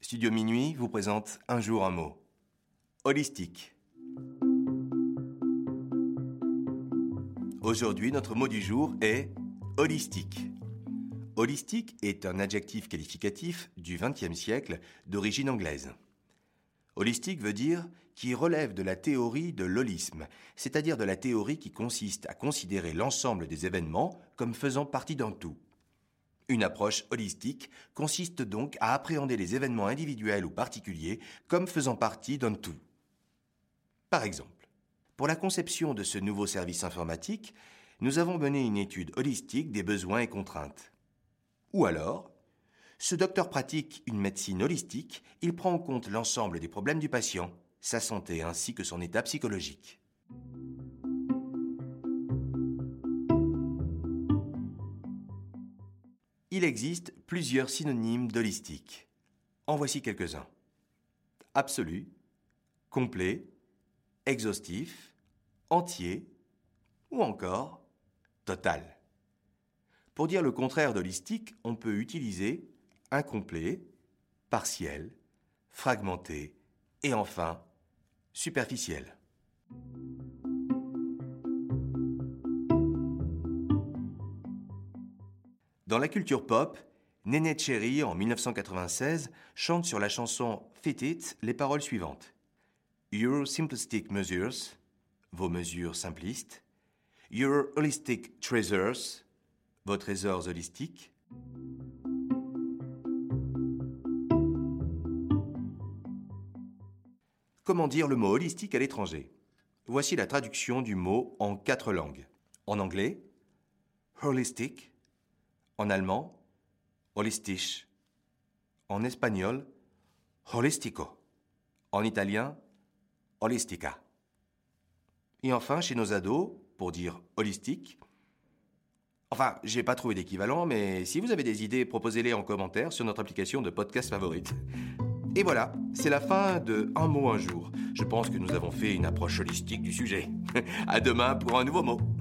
Studio Minuit vous présente un jour un mot. Holistique. Aujourd'hui, notre mot du jour est holistique. Holistique est un adjectif qualificatif du XXe siècle d'origine anglaise. Holistique veut dire qui relève de la théorie de l'holisme, c'est-à-dire de la théorie qui consiste à considérer l'ensemble des événements comme faisant partie d'un tout. Une approche holistique consiste donc à appréhender les événements individuels ou particuliers comme faisant partie d'un tout. Par exemple, pour la conception de ce nouveau service informatique, nous avons mené une étude holistique des besoins et contraintes. Ou alors, ce docteur pratique une médecine holistique, il prend en compte l'ensemble des problèmes du patient, sa santé ainsi que son état psychologique. Il existe plusieurs synonymes d'holistique. En voici quelques-uns. Absolu, complet, exhaustif, entier ou encore total. Pour dire le contraire d'holistique, on peut utiliser incomplet, partiel, fragmenté et enfin superficiel. Dans la culture pop, Néné Cherry, en 1996, chante sur la chanson Fit It les paroles suivantes. Your simplistic measures, vos mesures simplistes. Your holistic treasures, vos trésors holistiques. Comment dire le mot holistique à l'étranger? Voici la traduction du mot en 4 langues. En anglais, holistic. En allemand, holistisch. En espagnol, holistico. En italien, holistica. Et enfin, chez nos ados, pour dire holistique, enfin, j'ai pas trouvé d'équivalent, mais si vous avez des idées, proposez-les en commentaire sur notre application de podcast favorite. Et voilà, c'est la fin de Un mot un jour. Je pense que nous avons fait une approche holistique du sujet. À demain pour un nouveau mot.